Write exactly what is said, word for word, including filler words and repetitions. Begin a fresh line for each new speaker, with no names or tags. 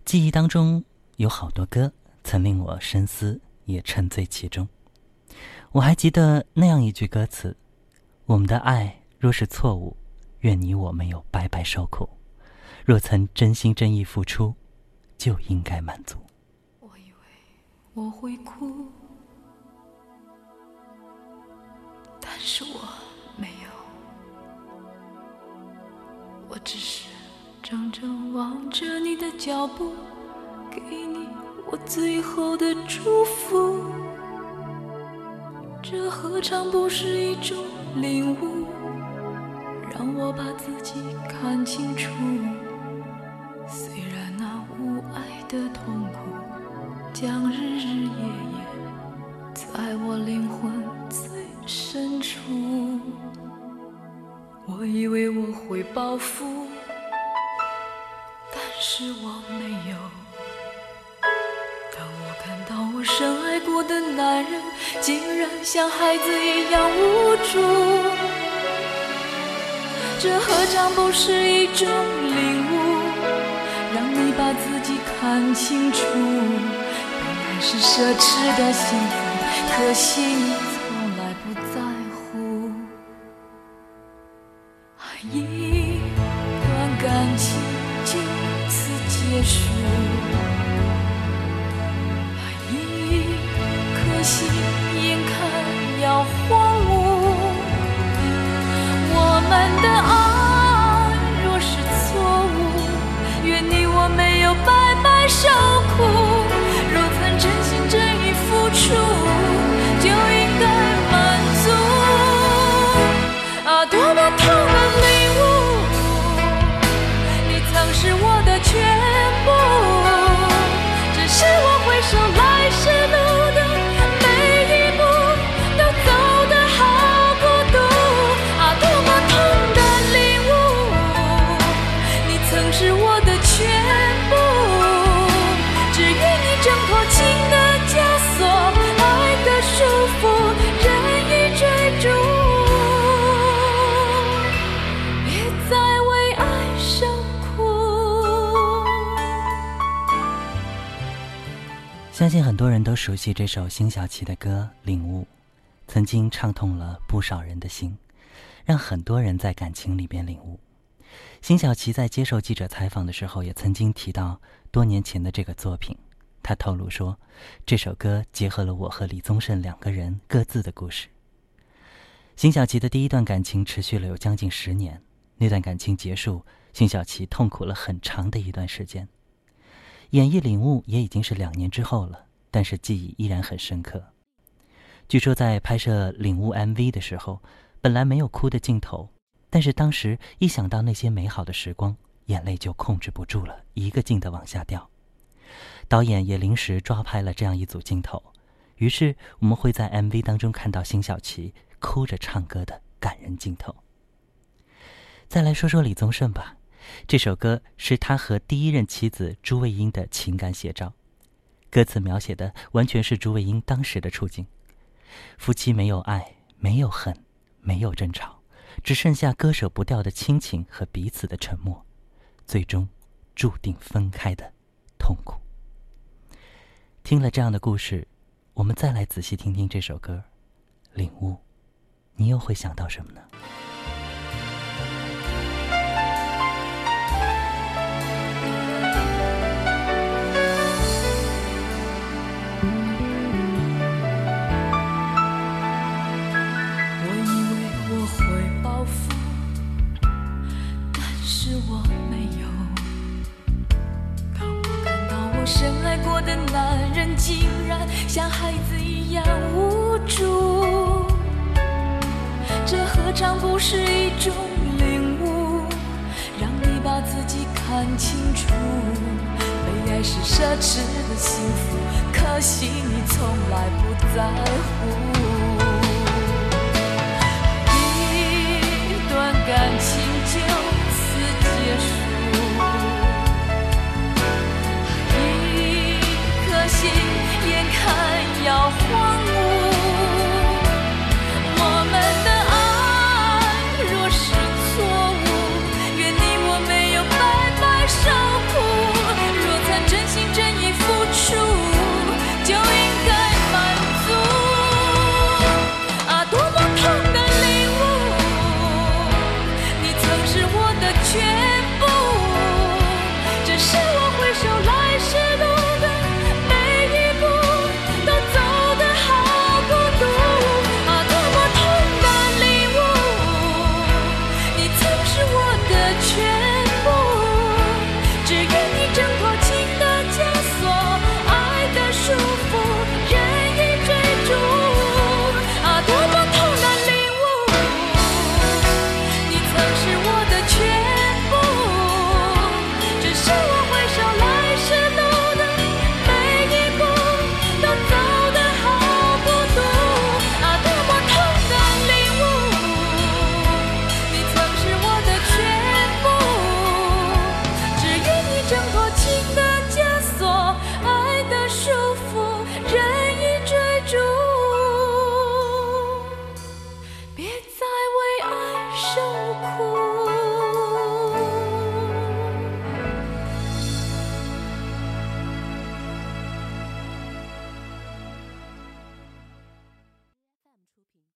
记忆当中有好多歌曾令我深思，也沉醉其中。我还记得那样一句歌词：我们的爱若是错误，愿你我没有白白受苦，若曾真心真意付出，就应该满足。
我以为我会哭，但是我没有，我只是怔怔望着你的脚步，给你我最后的祝福。这何尝不是一种领悟，让我把自己看清楚。虽然那无爱的痛苦将日日夜夜在我灵魂最深处，我以为我会报复，但是我没有。当我看到我深爱过的男人竟然像孩子一样无助，这何尝不是一种领悟，让你把自己看清楚。本来是奢侈的幸福，可惜你从来不在乎。一段感情就此结束，一颗心眼看要荒芜。我们的爱若是错误，愿你我没有白白受苦。若曾真心真意付出，就应该满足。啊，多么痛的领悟，你曾是我的全部，只是我回首来时路的每一步都走得好孤独。啊，多么痛的领悟，你曾是我的全部，只愿你挣脱情的枷锁，爱的束缚，任意追逐，别再为爱受苦。
相信很多人都熟悉这首辛晓琪的歌《领悟》，曾经唱痛了不少人的心，让很多人在感情里边领悟。辛晓琪在接受记者采访的时候也曾经提到多年前的这个作品，她透露说这首歌结合了我和李宗盛两个人各自的故事。辛晓琪的第一段感情持续了有将近十年，那段感情结束，辛晓琪痛苦了很长的一段时间。演绎领悟也已经是两年之后了，但是记忆依然很深刻。据说在拍摄领悟 M V 的时候，本来没有哭的镜头，但是当时一想到那些美好的时光，眼泪就控制不住了，一个劲地往下掉。导演也临时抓拍了这样一组镜头，于是我们会在 M V 当中看到辛晓琪哭着唱歌的感人镜头。再来说说李宗盛吧，这首歌是他和第一任妻子朱卫英的情感写照，歌词描写的完全是朱卫英当时的处境。夫妻没有爱，没有恨，没有争吵，只剩下割舍不掉的亲情和彼此的沉默，最终注定分开的痛苦。听了这样的故事，我们再来仔细听听这首歌《领悟》，你又会想到什么呢？
深爱过的男人竟然像孩子一样无助，这何尝不是一种领悟，让你把自己看清楚。被爱是奢侈的幸福，可惜你从来不在乎。一段感情就此结束，